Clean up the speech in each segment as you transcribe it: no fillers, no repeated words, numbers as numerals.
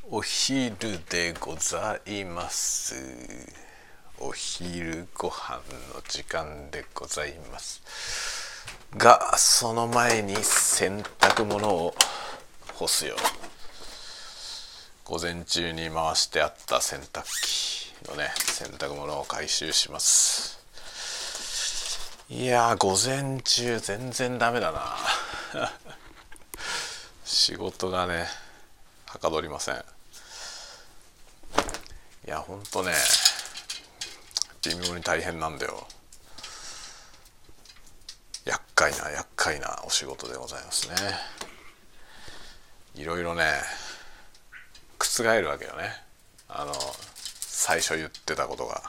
お昼でございます。お昼ご飯の時間でございますが、その前に洗濯物を干すよ。午前中に回してあった洗濯機のね、洗濯物を回収します。いやー、午前中全然ダメだな仕事がねはかどりません。いやほんとね、微妙に大変なんだよ。厄介なお仕事でございますね。いろいろね覆るわけよね、最初言ってたことが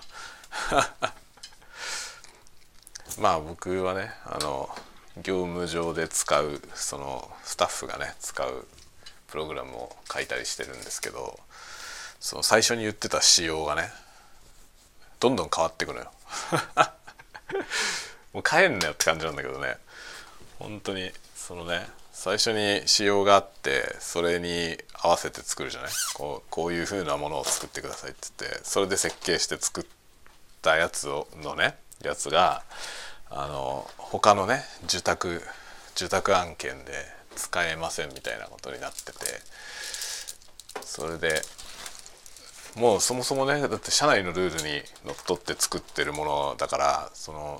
まあ僕はね、業務上で使う、そのスタッフがね使うプログラムを書いたりしてるんですけど、その最初に言ってた仕様がねどんどん変わってくのよもう帰んなよって感じなんだけどね、本当にそのね、最初に仕様があってそれに合わせて作るじゃない。こういう風なものを作ってくださいって言って、それで設計して作ったやつが他のね受託案件で使えませんみたいなことになってて、それでもうそもそもね、だって社内のルールにのっとって作ってるものだから、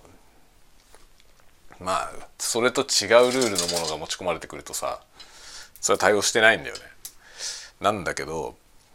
まあそれと違うルールのものが持ち込まれてくるとさ、それは対応してないんだよね。なんだけど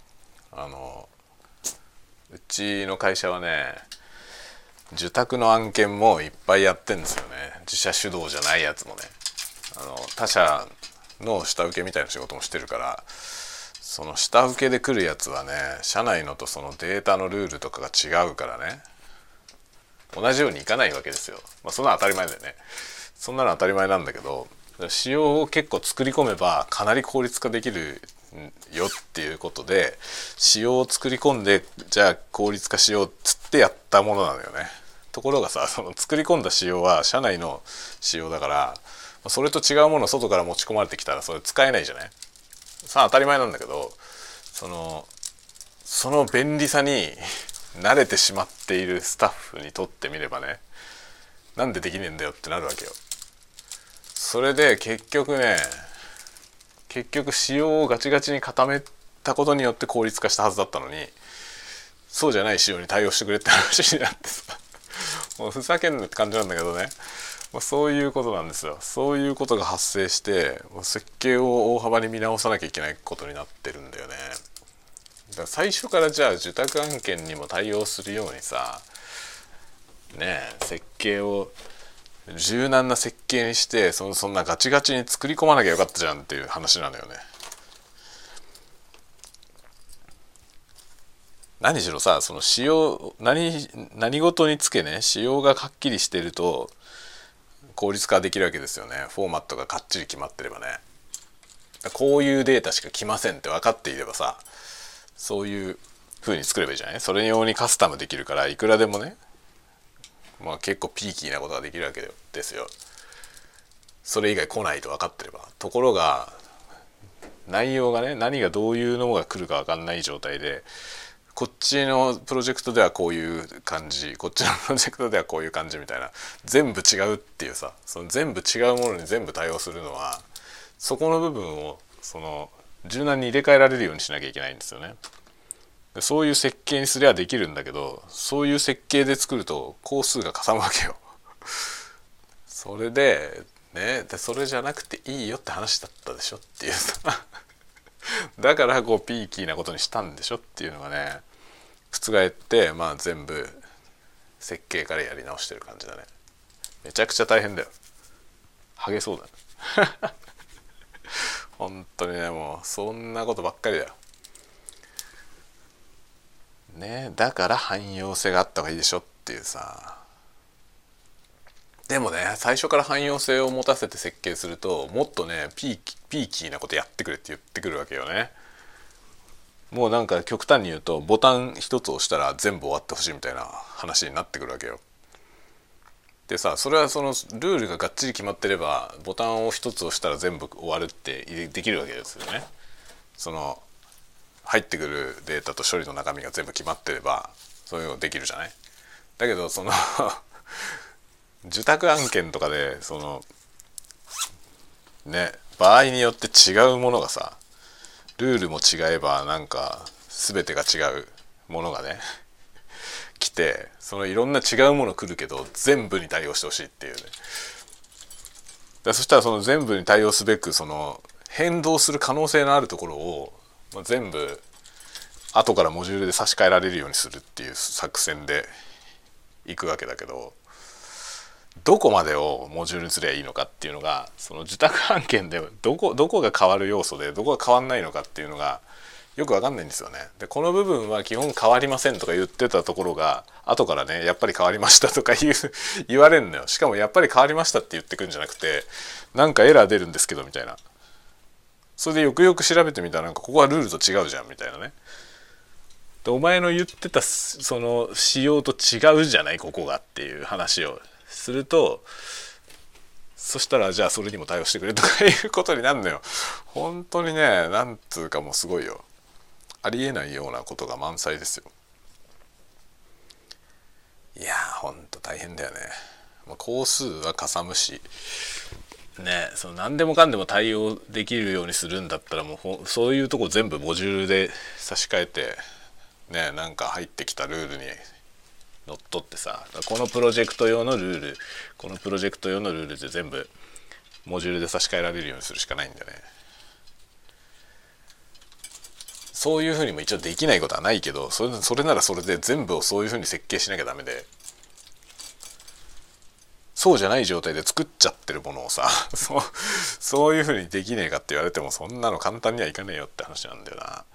うちの会社はね、受託の案件もいっぱいやってんですよね。自社主導じゃないやつもね、他社の下請けみたいな仕事もしてるから、その下請けで来るやつはね、社内のとそのデータのルールとかが違うからね、同じようにいかないわけですよ。まあそんなの当たり前だよね。そんなの当たり前なんだけど、仕様を結構作り込めばかなり効率化できるよっていうことで、仕様を作り込んで、じゃあ効率化しようっつってやったものなのよね。ところがさ、その作り込んだ仕様は社内の仕様だから、それと違うものを外から持ち込まれてきたらそれ使えないじゃない。さあ当たり前なんだけど、その便利さに慣れてしまっているスタッフにとってみればね、なんでできねえんだよってなるわけよ。それで結局仕様をガチガチに固めたことによって効率化したはずだったのに、そうじゃない仕様に対応してくれって話になってさもうふざけんなって感じなんだけどね、そういうことなんですよ。そういうことが発生して、設計を大幅に見直さなきゃいけないことになってるんだよね。だから最初からじゃあ受託案件にも対応するようにさ、ねえ、設計を柔軟な設計にして、そんなガチガチに作り込まなきゃよかったじゃんっていう話なのよね。何しろさ、その仕様何事につけね、仕様がはっきりしてると効率化できるわけですよね。フォーマットがかっちり決まってればね、こういうデータしか来ませんって分かっていればさ、そういう風に作ればいいじゃない。それ用にカスタムできるから、いくらでもね、まあ結構ピーキーなことができるわけですよ。それ以外来ないと分かってれば。ところが内容がね、何がどういうのが来るか分かんない状態で、こっちのプロジェクトではこういう感じ、こっちのプロジェクトではこういう感じみたいな、全部違うっていうさ、その全部違うものに全部対応するのは、そこの部分を柔軟に入れ替えられるようにしなきゃいけないんですよね。そういう設計にすりゃできるんだけど、そういう設計で作ると工数がかさむわけよ。それでね、それじゃなくていいよって話だったでしょっていうさだからこうピーキーなことにしたんでしょっていうのがね、覆って、まあ全部設計からやり直してる感じだね。めちゃくちゃ大変だよ。ハゲそうだね本当にね、もうそんなことばっかりだよね。だから汎用性があった方がいいでしょっていうさ。でもね、最初から汎用性を持たせて設計すると、もっとねピーキーなことやってくれって言ってくるわけよね。もうなんか極端に言うと、ボタン一つ押したら全部終わってほしいみたいな話になってくるわけよ。でさ、それはそのルールががっちり決まってれば、ボタンを一つ押したら全部終わるってできるわけですよね。その入ってくるデータと処理の中身が全部決まってればそういうのできるじゃない。だけどその受託案件とかでそのね場合によって違うものがさ、ルールも違えばなんか全てが違うものがね来て、そのいろんな違うもの来るけど全部に対応してほしいっていうね。そしたらその全部に対応すべくその変動する可能性のあるところを全部後からモジュールで差し替えられるようにするっていう作戦でいくわけだけど、どこまでをモジュールにすればいいのかっていうのがその受託案件でどこが変わる要素でどこが変わんないのかっていうのがよく分かんないんですよね。でこの部分は基本変わりませんとか言ってたところが後からねやっぱり変わりましたとか言われるのよ。しかもやっぱり変わりましたって言ってくんじゃなくて、なんかエラー出るんですけどみたいな。それでよくよく調べてみたらなんかここはルールと違うじゃんみたいなね。でお前の言ってたその仕様と違うじゃないここがっていう話をすると、そしたらじゃあそれにも対応してくれとかいうことになるのよ。本当にね、なんつうかもうすごいよ。ありえないようなことが満載ですよ。いやーほんと大変だよね。工数はかさむしね、その何でもかんでも対応できるようにするんだったらもうそういうとこ全部モジュールで差し替えてね、なんか入ってきたルールにのっとってさ、このプロジェクト用のルールこのプロジェクト用のルールで全部モジュールで差し替えられるようにするしかないんだよね。そういうふうにも一応できないことはないけど、それならそれで全部をそういうふうに設計しなきゃダメで、そうじゃない状態で作っちゃってるものをさそういうふうにできねえかって言われてもそんなの簡単にはいかねえよって話なんだよな。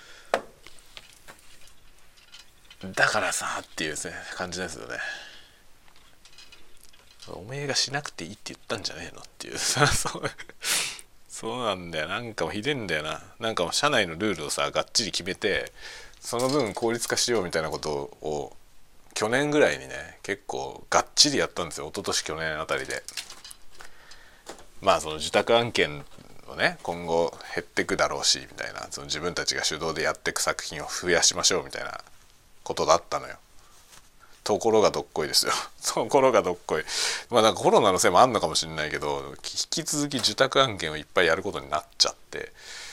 だからさっていう、ね、感じですよね。おめえがしなくていいって言ったんじゃねえのっていうさそうなんだよ。なんかもうひでえんだよな。なんかもう社内のルールをさがっちり決めてその分効率化しようみたいなことを去年ぐらいにね結構がっちりやったんですよ。一昨年去年あたりで。まあその受託案件をね今後減ってくだろうしみたいな、その自分たちが主導でやっていく作品を増やしましょうみたいなことだったのよ。ところがどっこいですよところがどっこい。まあなんかコロナのせいもあんのかもしれないけど引き続き受託案件をいっぱいやることになっちゃって、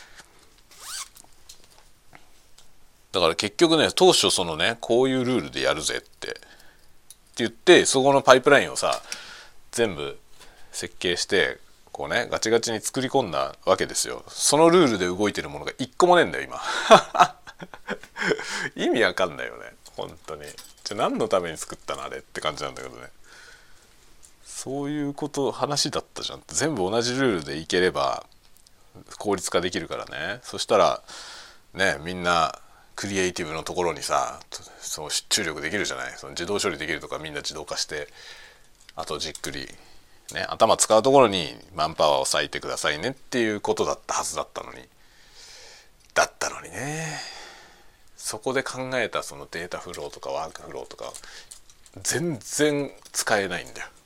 だから結局ね当初そのねこういうルールでやるぜって言ってそこのパイプラインをさ全部設計してこうねガチガチに作り込んだわけですよ。そのルールで動いてるものが一個もねえんだよ今意味わかんないよね本当に。じゃあ何のために作ったのあれって感じなんだけどね。そういうこと話だったじゃんって。全部同じルールでいければ効率化できるからね。そしたらねみんなクリエイティブのところにさその注力できるじゃない。その自動処理できるとかみんな自動化してあとじっくりね頭使うところにマンパワーを割いてくださいねっていうことだったはずだったのにね。そこで考えたそのデータフローとかワークフローとか全然使えないんだよ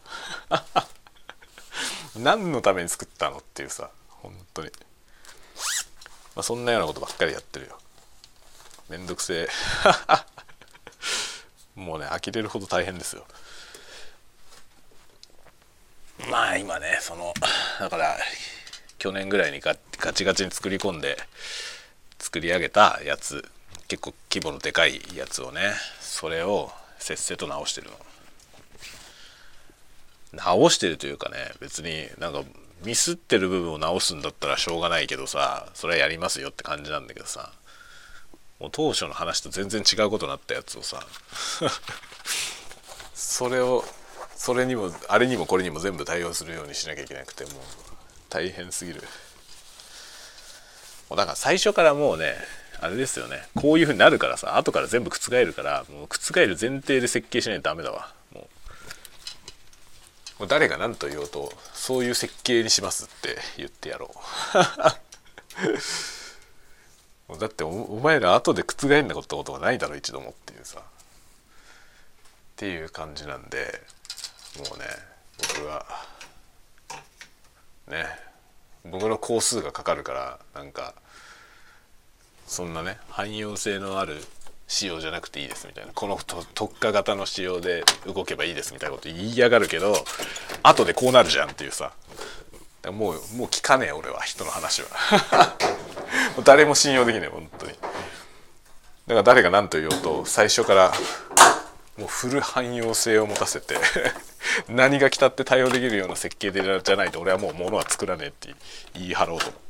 何のために作ったのっていうさ本当に、そんなようなことばっかりやってるよ。めんどくせえもうね呆れるほど大変ですよ。まあ今ねそのだから去年ぐらいにガチガチに作り込んで作り上げたやつ、結構規模のでかいやつをねそれをせっせと直してるの。直してるというかね別になんかミスってる部分を直すんだったらしょうがないけどさそれはやりますよって感じなんだけどさ、もう当初の話と全然違うことになったやつをさそれにもあれにもこれにも全部対応するようにしなきゃいけなくてもう大変すぎる。もうだから最初からもうねあれですよね、こういう風になるからさ後から全部覆るからもう覆る前提で設計しないとダメだわ。もう誰が何と言おうとそういう設計にしますって言ってやろうだってお前ら後で覆んなことがないだろ一度もっていうさっていう感じなんで、もうね僕はね僕の工数がかかるからなんかそんなね汎用性のある仕様じゃなくていいですみたいな、この特化型の仕様で動けばいいですみたいなこと言いやがるけど、後でこうなるじゃんっていうさ。もう聞かねえ俺は人の話はもう誰も信用できねえ本当に。だから誰が何と言おうと最初からもうフル汎用性を持たせて何が来たって対応できるような設計でじゃないと俺はもう物は作らねえって言い張ろうと。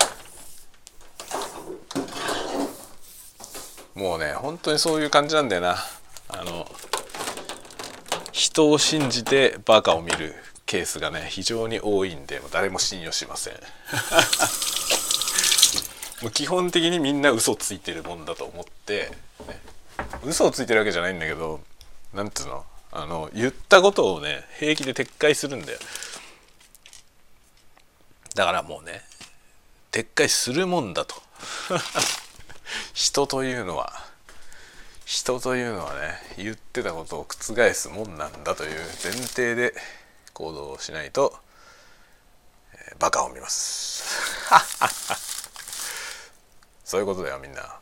もうね本当にそういう感じなんだよな。人を信じてバカを見るケースがね非常に多いんで、もう誰も信用しませんもう基本的にみんな嘘ついてるもんだと思って、ね、嘘をついてるわけじゃないんだけど、なんていうの、言ったことをね平気で撤回するんだよ。だからもうね撤回するもんだと人というのはね言ってたことを覆すもんなんだという前提で行動をしないと、バカを見ますそういうことだよみんなね。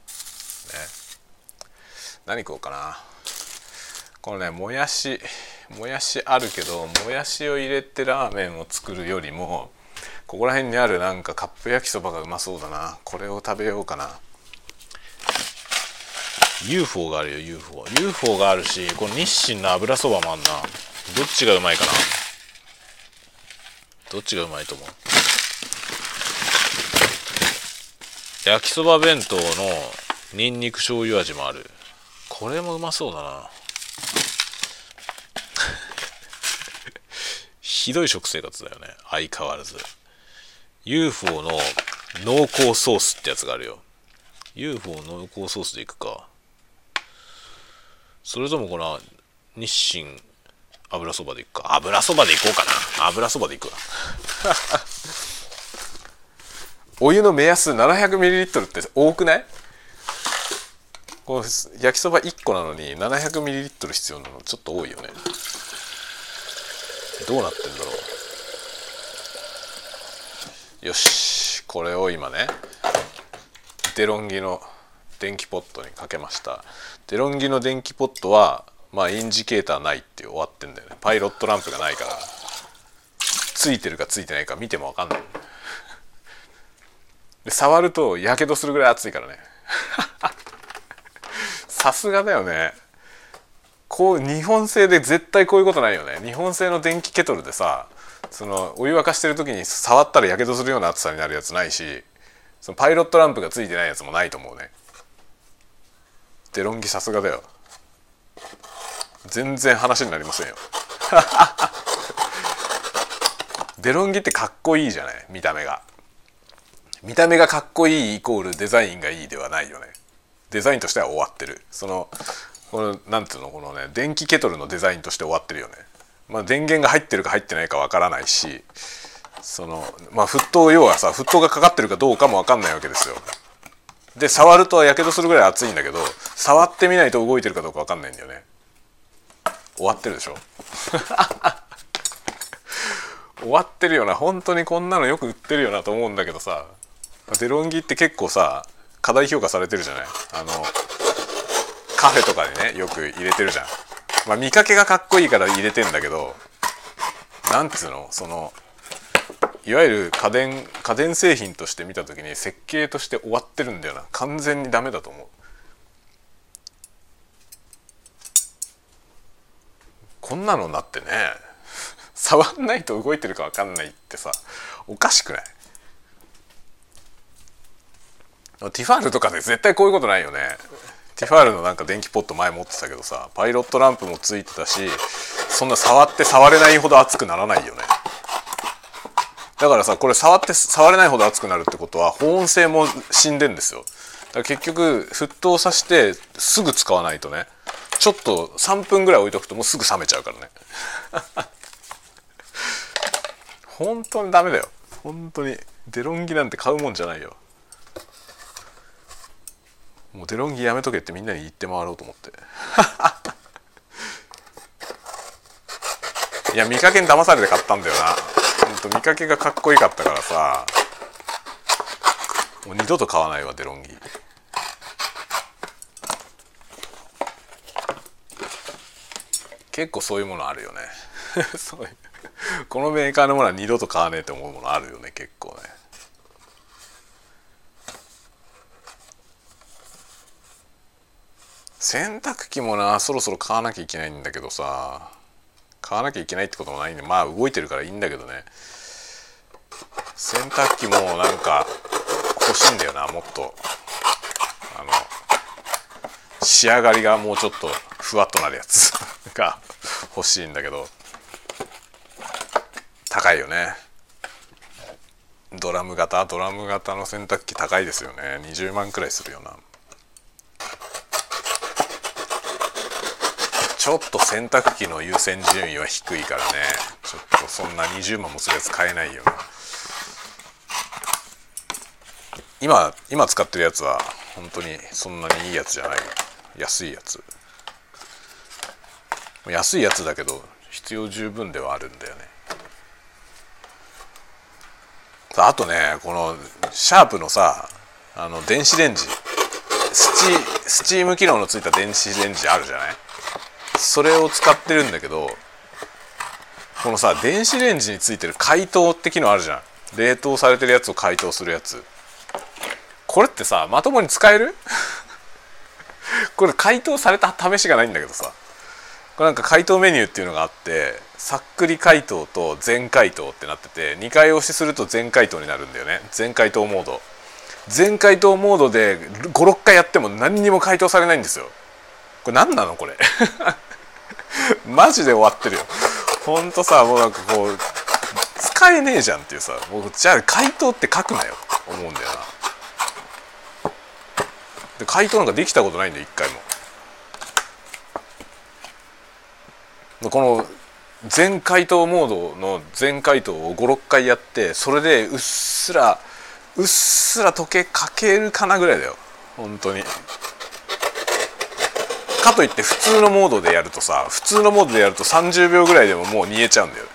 何食おうかな。このねもやしあるけど、もやしを入れてラーメンを作るよりもここら辺にあるなんかカップ焼きそばがうまそうだな。これを食べようかな。 UFO があるよ。 UFO があるし、この日清の油そばもあんな。どっちがうまいかな。どっちがうまいと思う。焼きそば弁当のニンニク醤油味もある。これもうまそうだなひどい食生活だよね相変わらず。 UFO の濃厚ソースってやつがあるよ。 UFO 濃厚ソースでいくか、それともこの日清油そばでいくか。油そばでいこうかな。油そばでいくわお湯の目安 700ml って多くない？こう焼きそば1個なのに 700ml 必要なのちょっと多いよね。どうなってんだろう。よし、これを今ねデロンギの電気ポットにかけました。デロンギの電気ポットはまあインジケーターないっていう終わってんだよね。パイロットランプがないからついてるかついてないか見ても分かんないで、触るとやけどするぐらい熱いからねさすがだよね。こう日本製で絶対こういうことないよね。日本製の電気ケトルでさ、そのお湯沸かしてる時に触ったらやけどするような熱さになるやつないし、そのパイロットランプがついてないやつもないと思うね。デロンギさすがだよ。全然話になりませんよデロンギってかっこいいじゃない。見た目がかっこいいイコールデザインがいいではないよね。デザインとしては終わってる。このなんていうの、このね電気ケトルのデザインとして終わってるよね。まあ電源が入ってるか入ってないかわからないし、まあ沸騰、要はさ沸騰がかかってるかどうかもわかんないわけですよ。で触るとやけどするぐらい熱いんだけど、触ってみないと動いてるかどうかわかんないんだよね。終わってるでしょ終わってるよな。本当にこんなのよく売ってるよなと思うんだけどさ、デロンギって結構さ過大評価されてるじゃない。カフェとかでねよく入れてるじゃん。まあ見かけがかっこいいから入れてんだけど、なんつうの、いわゆる家電製品として見た時に設計として終わってるんだよな。完全にダメだと思う。こんなのなってね触んないと動いてるか分かんないってさおかしくない？ティファールとかで絶対こういうことないよね。ティファールのなんか電気ポット前持ってたけどさ、パイロットランプもついてたし、そんな触って触れないほど熱くならないよね。だからさ、これ触って触れないほど熱くなるってことは保温性も死んでんですよ。だから結局沸騰させてすぐ使わないとね、ちょっと3分ぐらい置いとくともうすぐ冷めちゃうからね本当にダメだよ。本当にデロンギなんて買うもんじゃないよ。もうデロンギやめとけってみんなに言って回ろうと思っていや見かけに騙されて買ったんだよな。ほんと見かけがかっこよかったからさ、もう二度と買わないわデロンギ結構そういうものあるよねそういうこのメーカーのものは二度と買わねえと思うものあるよね、結構ね。洗濯機もな、そろそろ買わなきゃいけないんだけどさ、買わなきゃいけないってこともないんで、まあ動いてるからいいんだけどね。洗濯機もなんか欲しいんだよな、もっと仕上がりがもうちょっとふわっとなるやつが欲しいんだけど、高いよね。ドラム型の洗濯機高いですよね。20万くらいするよな。ちょっと洗濯機の優先順位は低いからね、ちょっとそんな20万もするやつ買えないよな。今使ってるやつは本当にそんなにいいやつじゃない。安いやつだけど必要十分ではあるんだよね。あとね、このシャープのさ、電子レンジ、スチーム機能のついた電子レンジあるじゃない。それを使ってるんだけど、このさ、電子レンジについてる解凍って機能あるじゃん。冷凍されてるやつを解凍するやつ。これってさ、まともに使えるこれ解凍された試しがないんだけどさ、これなんか解凍メニューっていうのがあって、さっくり解凍と全解凍ってなってて、2回押しすると全解凍になるんだよね。全解凍モード。全解凍モードで5、6回やっても何にも解凍されないんですよ。これ何なのこれマジで終わってるよ。ほんとさ、もうなんかこう使えねえじゃんっていうさ、もうじゃあ解凍って書くなよと思うんだよな。で解凍なんかできたことないんだよ、一回も。この全解凍モードの全解凍を5、6回やって、それでうっすら溶けかけるかなぐらいだよ本当に。かといって普通のモードでやると30秒ぐらいでももう煮えちゃうんだよね。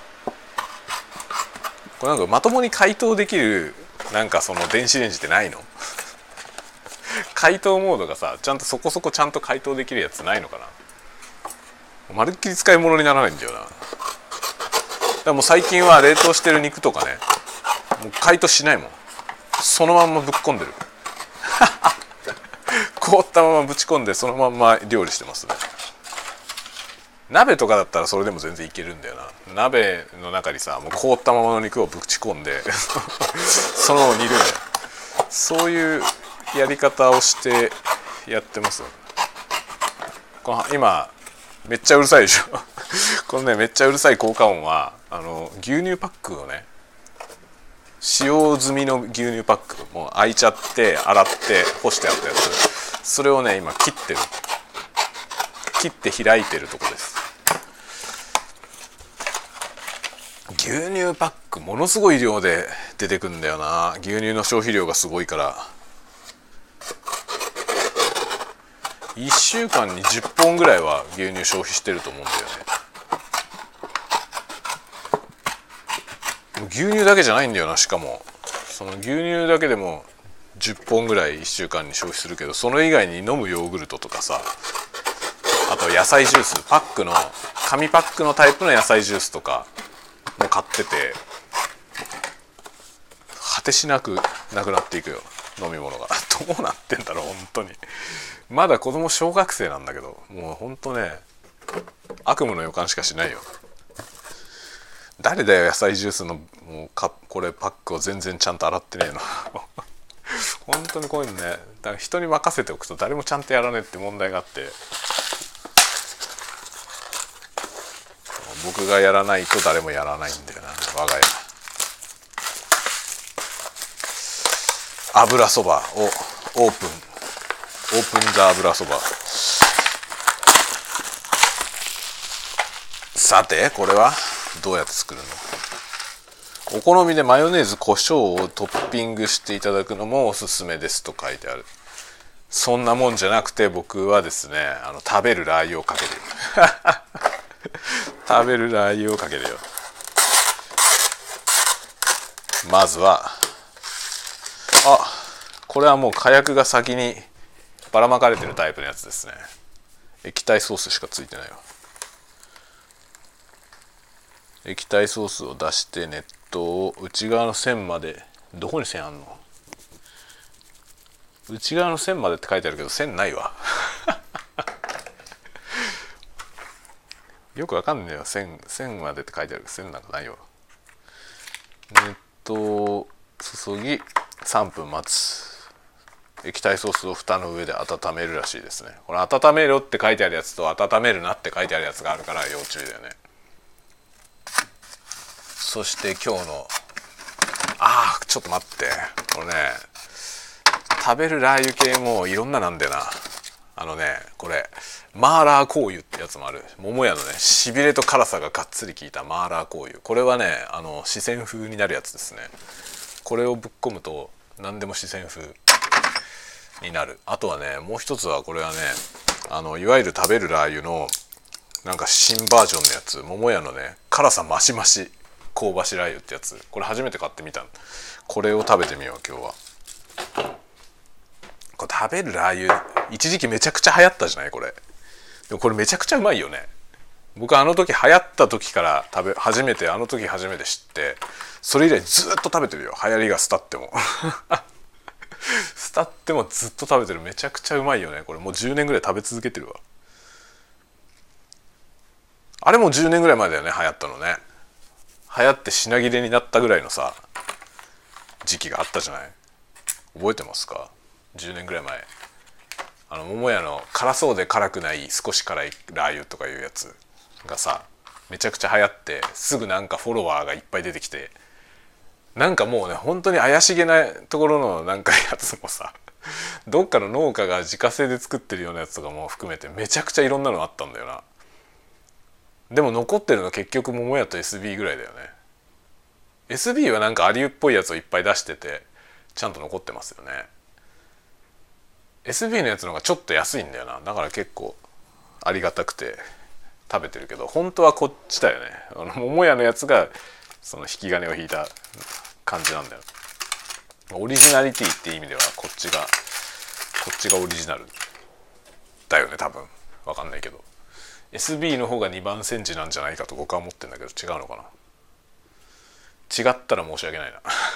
これなんかまともに解凍できるなんかその電子レンジってないの解凍モードがさ、ちゃんとそこそこちゃんと解凍できるやつないのかな。まるっきり使い物にならないんだよな。だからもう最近は冷凍してる肉とかね、もう解凍しないもん。そのまんまぶっこんでる凍ったままぶち込んでそのまんま料理してますね。鍋とかだったらそれでも全然いけるんだよな。鍋の中にさ、もう凍ったままの肉をぶち込んでそのまま煮るんだよ。そういうやり方をしてやってます。今めっちゃうるさいでしょこのね、めっちゃうるさい効果音は牛乳パックをね、使用済みの牛乳パックもう開いちゃって洗って干してあったやつ、それをね今切って開いてるとこです。牛乳パックものすごい量で出てくんだよな。牛乳の消費量がすごいから、1週間に10本ぐらいは牛乳消費してると思うんだよね。牛乳だけじゃないんだよな。しかもその牛乳だけでも10本ぐらい1週間に消費するけど、その以外に飲むヨーグルトとかさ、あと野菜ジュース、紙パックのタイプの野菜ジュースとかも買ってて、果てしなくなくなっていくよ、飲み物がどうなってんだろう本当に。まだ子供小学生なんだけど、もう本当ね、悪夢の予感しかしないよ。誰だよ野菜ジュースのもうこれパックを全然ちゃんと洗ってねえの本当にこういうのね、だから人に任せておくと誰もちゃんとやらねえって問題があって、僕がやらないと誰もやらないんだよな、我が家。油そばをオープンザ油そば。さてこれはどうやって作るの？お好みでマヨネーズ、胡椒をトッピングしていただくのもおすすめですと書いてある。そんなもんじゃなくて、僕はですね、食べるラー油をかけるよ食べるラー油をかけるよ。まずはこれはもう火薬が先にばらまかれてるタイプのやつですね。液体ソースしかついてないわ。 液体ソースを出して熱湯を内側の線まで、どこに線あんの？内側の線までって書いてあるけど線ないわよくわかんねえよ。線までって書いてあるけど線なんかないわ。熱湯を注ぎ3分待つ。液体ソースを蓋の上で温めるらしいですね。これ温めろって書いてあるやつと温めるなって書いてあるやつがあるから要注意だよね。そして今日のちょっと待って、これね、食べるラー油系もいろんななんだよな。これマーラー香油ってやつもある。桃屋のね、しびれと辛さががっつり効いたマーラー香油。これはね、四川風になるやつですね。これをぶっ込むと何でも四川風になる。あとはね、もう一つはこれはね、いわゆる食べるラー油のなんか新バージョンのやつ、桃屋のね、辛さマシマシ香ばしラー油ってやつ。これ初めて買ってみた。これを食べてみよう今日は。これ食べるラー油一時期めちゃくちゃ流行ったじゃないこれ。でもこれめちゃくちゃうまいよね。僕あの時流行った時から初めて知って、それ以来ずっと食べてるよ。流行りが廃っても廃ってもずっと食べてる。めちゃくちゃうまいよねこれ。もう10年ぐらい食べ続けてるわ。あれも10年ぐらい前だよね、流行ったのね。流行って品切れになったぐらいのさ時期があったじゃない。覚えてますか？10年ぐらい前、桃屋の辛そうで辛くない少し辛いラー油とかいうやつがさ、めちゃくちゃ流行って、すぐなんかフォロワーがいっぱい出てきて、なんかもうね、本当に怪しげなところのなんかやつもさどっかの農家が自家製で作ってるようなやつとかも含めてめちゃくちゃいろんなのあったんだよな。でも残ってるのは結局桃屋と SB ぐらいだよね。 SB はなんかアリューっぽいやつをいっぱい出しててちゃんと残ってますよね。 SB のやつの方がちょっと安いんだよな。だから結構ありがたくて食べてるけど、本当はこっちだよね。桃屋のやつがその引き金を引いた感じなんだよ。オリジナリティっていう意味ではこっちがオリジナルだよね多分。分かんないけど SB の方が2番煎じなんじゃないかと僕は思ってるんだけど、違うのかな。違ったら申し訳ない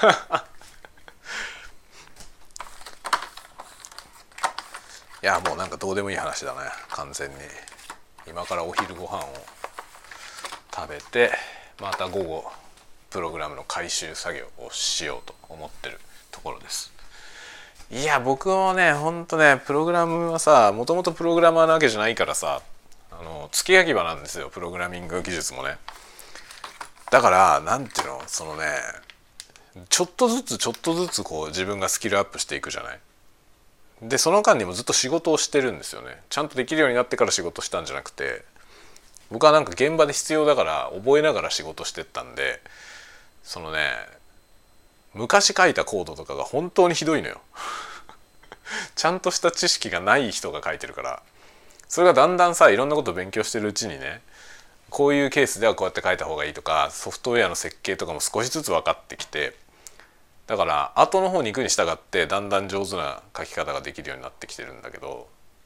ないやもうなんかどうでもいい話だね完全に。今からお昼ご飯を食べてまた午後プログラムの回収作業をしようと思ってるところです。いや僕もねほんとね、プログラムはさ、もともとプログラマーなわけじゃないからさ、付け焼き場なんですよプログラミング技術もね。だからなんていうの、そのね、ちょっとずつこう自分がスキルアップしていくじゃない。でその間にもずっと仕事をしてるんですよね。ちゃんとできるようになってから仕事したんじゃなくて、僕はなんか現場で必要だから覚えながら仕事してったんで、そのね、昔書いたコードとかが本当にひどいのよちゃんとした知識がない人が書いてるから、それがだんだんさいろんなことを勉強してるうちにね、こういうケースではこうやって書いた方がいいとか、ソフトウェアの設計とかも少しずつ分かってきて、だから後の方に行くに従ってだんだん上手な書き方ができるようになってきてるんだけど、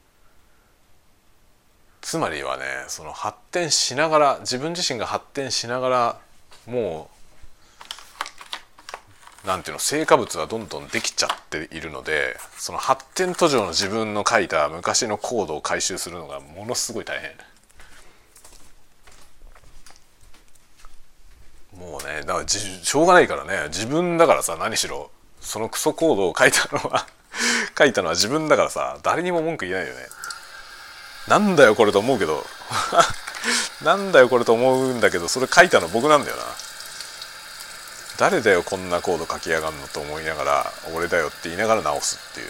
つまりはね、その発展しながら、自分自身が発展しながら、もうなんていうの、成果物はどんどんできちゃっているので、その発展途上の自分の書いた昔のコードを回収するのがものすごい大変。もうね、だからしょうがないからね、自分だからさ、何しろそのクソコードを書いたのは書いたのは自分だからさ、誰にも文句言えないよね。なんだよこれと思うけどなんだよこれと思うんだけど、それ書いたの僕なんだよな。誰だよこんなコード書きやがんのと思いながら、俺だよって言いながら直すっていう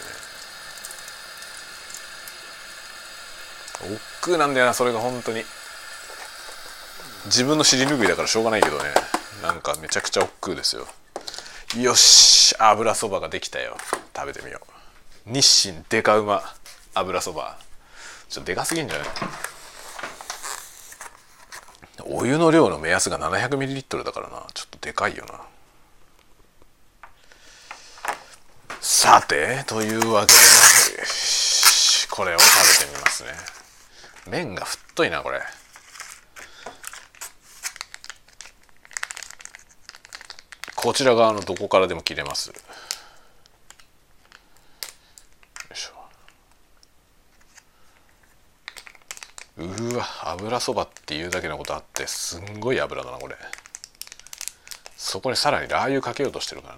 ね。億劫なんだよなそれが。本当に自分の尻拭いだからしょうがないけどね、なんかめちゃくちゃ億劫ですよ。よし、油そばができたよ。食べてみよう。日清デカうま油そば。ちょっとでかすぎんじゃない？お湯の量の目安が 700ml だからな、ちょっとでかいよな。さてというわけで、これを食べてみますね。麺が太いなこれ。 こちら側のどこからでも切れます。よいしょ。うわ、油そばっていうだけのことあってすんごい油だなこれ。そこにさらにラー油かけようとしてるからね。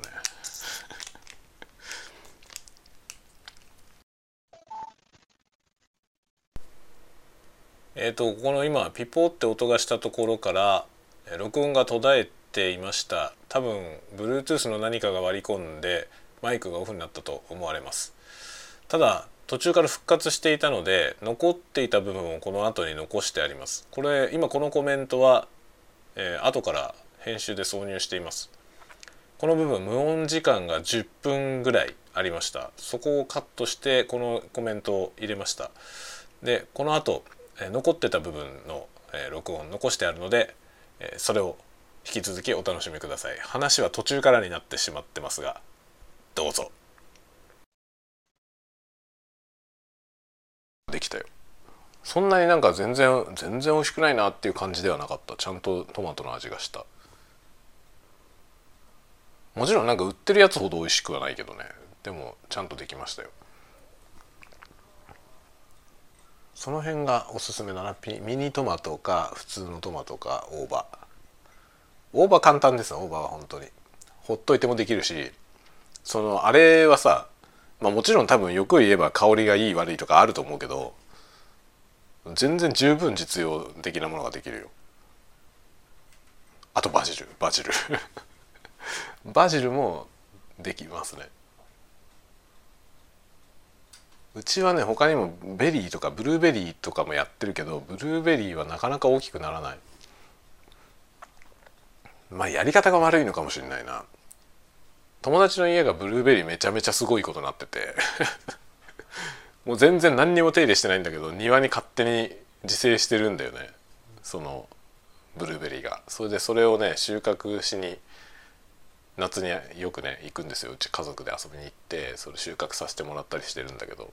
ここの今ピポって音がしたところから録音が途絶えていました。多分 Bluetooth の何かが割り込んでマイクがオフになったと思われます。ただ途中から復活していたので残っていた部分をこの後に残してあります。これ今このコメントは、後から編集で挿入しています。この部分無音時間が10分ぐらいありました。そこをカットしてこのコメントを入れました。でこの後残ってた部分の録音残してあるのでそれを引き続きお楽しみください。話は途中からになってしまってますがどうぞ。できたよ。そんなになんか全然美味しくないなっていう感じではなかった。ちゃんとトマトの味がした。もちろんなんか売ってるやつほど美味しくはないけどね。でもちゃんとできましたよ。その辺がおすすめだな。ミニトマトか普通のトマトか大葉。大葉簡単ですよ。大葉は本当にほっといてもできるし、そのあれはさ、まあもちろん多分よく言えば香りがいい悪いとかあると思うけど、全然十分実用的なものができるよ。あとバジルバジルもできますね。うちはね他にもベリーとかブルーベリーとかもやってるけど、ブルーベリーはなかなか大きくならない。まあやり方が悪いのかもしれないな。友達の家がブルーベリーめちゃめちゃすごいことになっててもう全然何にも手入れしてないんだけど庭に勝手に自生してるんだよね、そのブルーベリーが。それでそれをね収穫しに夏によくね行くんですよ。うち家族で遊びに行ってそれ収穫させてもらったりしてるんだけど、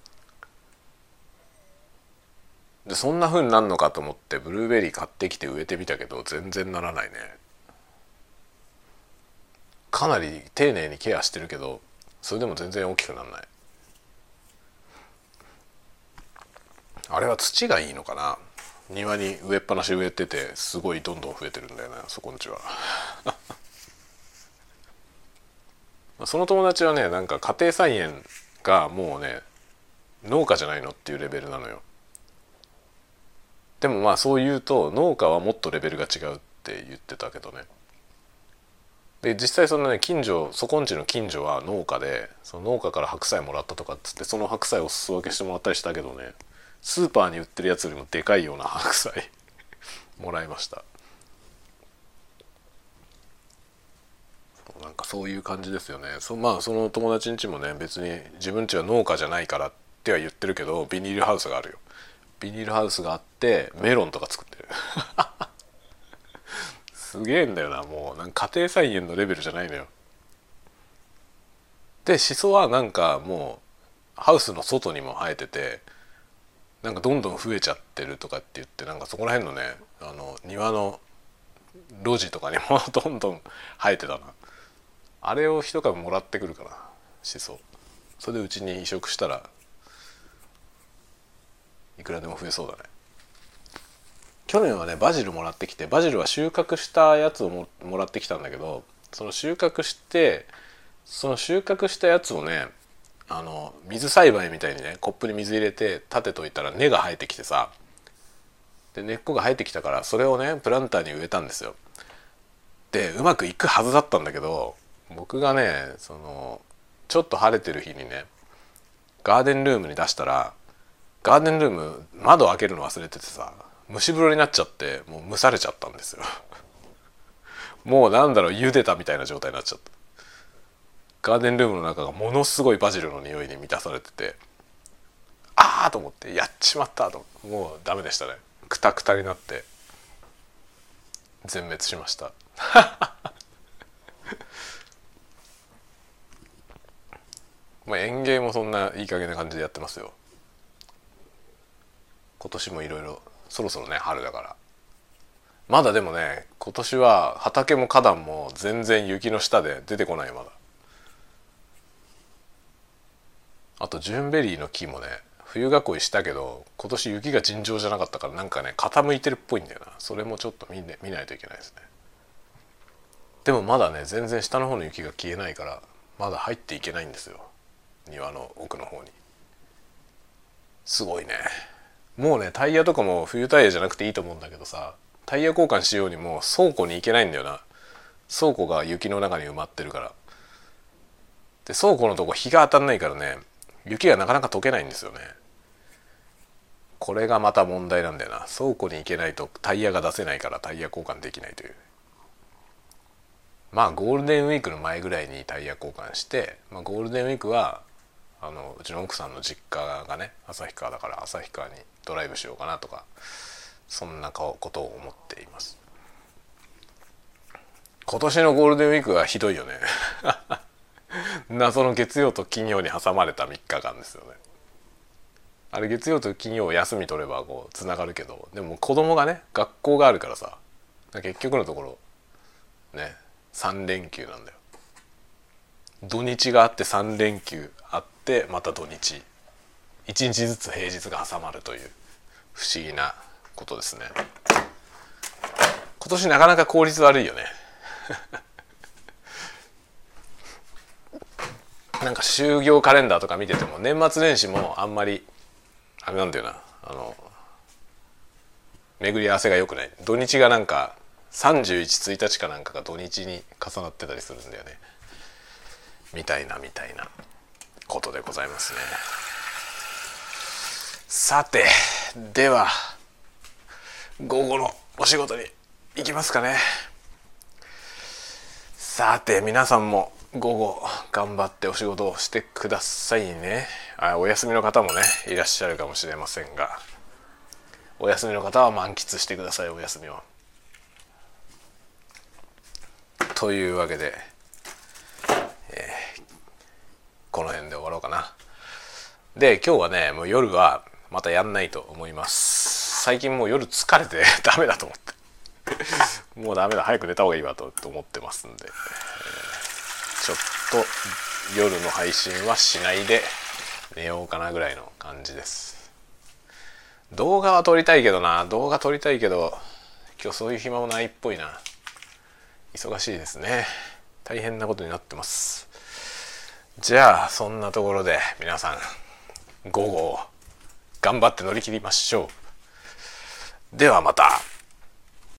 でそんな風になるのかと思ってブルーベリー買ってきて植えてみたけど全然ならないね。かなり丁寧にケアしてるけどそれでも全然大きくならない。あれは土がいいのかな。庭に植えっぱなし植えててすごいどんどん増えてるんだよね、そこんちはその友達はねなんか家庭菜園がもうね農家じゃないのっていうレベルなのよ。でもまあそう言うと農家はもっとレベルが違うって言ってたけどね。で実際そのねそこんちの近所は農家で、その農家から白菜もらったとかっつってその白菜をお裾分けしてもらったりしたけどね、スーパーに売ってるやつよりもでかいような白菜もらいました。なんかそういう感じですよね。まあその友達ん家もね別に自分家は農家じゃないからっては言ってるけどビニールハウスがあるよ。ビニールハウスがあってメロンとか作ってるすげえんだよな。もうなんか家庭菜園のレベルじゃないのよ。でシソはなんかもうハウスの外にも生えててなんかどんどん増えちゃってるとかって言って、なんかそこら辺のね庭の路地とかにもどんどん生えてたな。あれを一株もらってくるかな、シソ。それでうちに移植したらいくらでも増えそうだね。去年はねバジルもらってきて、バジルは収穫したやつをもらってきたんだけど、その収穫したやつをね水栽培みたいにねコップに水入れて立てといたら根が生えてきてさ、で根っこが生えてきたからそれをねプランターに植えたんですよ。でうまくいくはずだったんだけど、僕がねちょっと晴れてる日にねガーデンルームに出したら、ガーデンルーム窓開けるの忘れててさ蒸し風呂になっちゃってもう蒸されちゃったんですよもうなんだろう茹でたみたいな状態になっちゃった。ガーデンルームの中がものすごいバジルの匂いに満たされてて、あーと思ってやっちまったと思って、もうダメでしたね。クタクタになって全滅しましたまあ園芸もそんないい加減な感じでやってますよ。今年もいろいろそろそろね春だからまだでもね今年は畑も花壇も全然雪の下で出てこない。まだあとジュンベリーの木もね冬囲いしたけど今年雪が尋常じゃなかったからなんかね傾いてるっぽいんだよな。それもちょっと見ないといけないですね。でもまだね全然下の方の雪が消えないからまだ入っていけないんですよ、庭の奥の方に。すごいね。もうねタイヤとかも冬タイヤじゃなくていいと思うんだけどさ、タイヤ交換しようにも倉庫に行けないんだよな。倉庫が雪の中に埋まってるから。で倉庫のとこ日が当たんないからね雪がなかなか溶けないんですよね。これがまた問題なんだよな。倉庫に行けないとタイヤが出せないからタイヤ交換できないという。まあゴールデンウィークの前ぐらいにタイヤ交換して、ゴールデンウィークはうちの奥さんの実家がね旭川だから旭川にドライブしようかなとか、そんなことを思っています。今年のゴールデンウィークはひどいよね謎の月曜と金曜に挟まれた3日間ですよね。あれ月曜と金曜休み取ればこうつながるけど、でも子供がね学校があるからさ、結局のところね3連休なんだよ。土日があって3連休あってまた土日1日ずつ平日が挟まるという不思議なことですね。今年なかなか効率悪いよねなんか就業カレンダーとか見てても年末年始もあんまりあれなんだよな、巡り合わせが良くない。土日がなんか31、1日かなんかが土日に重なってたりするんだよね。みたいなことでございますね。さてでは午後のお仕事に行きますかね。さて皆さんも午後頑張ってお仕事をしてくださいね。お休みの方もねいらっしゃるかもしれませんが、お休みの方は満喫してください、お休みを。というわけで、この辺で終わろうかな。で今日はねもう夜はまたやんないと思います。最近もう夜疲れてダメだと思ってもうダメだ早く寝た方がいいわと思ってますんで、ちょっと夜の配信はしないで寝ようかなぐらいの感じです。動画は撮りたいけど今日そういう暇もないっぽいな。忙しいですね。大変なことになってます。じゃあそんなところで皆さん午後頑張って乗り切りましょう。ではまた。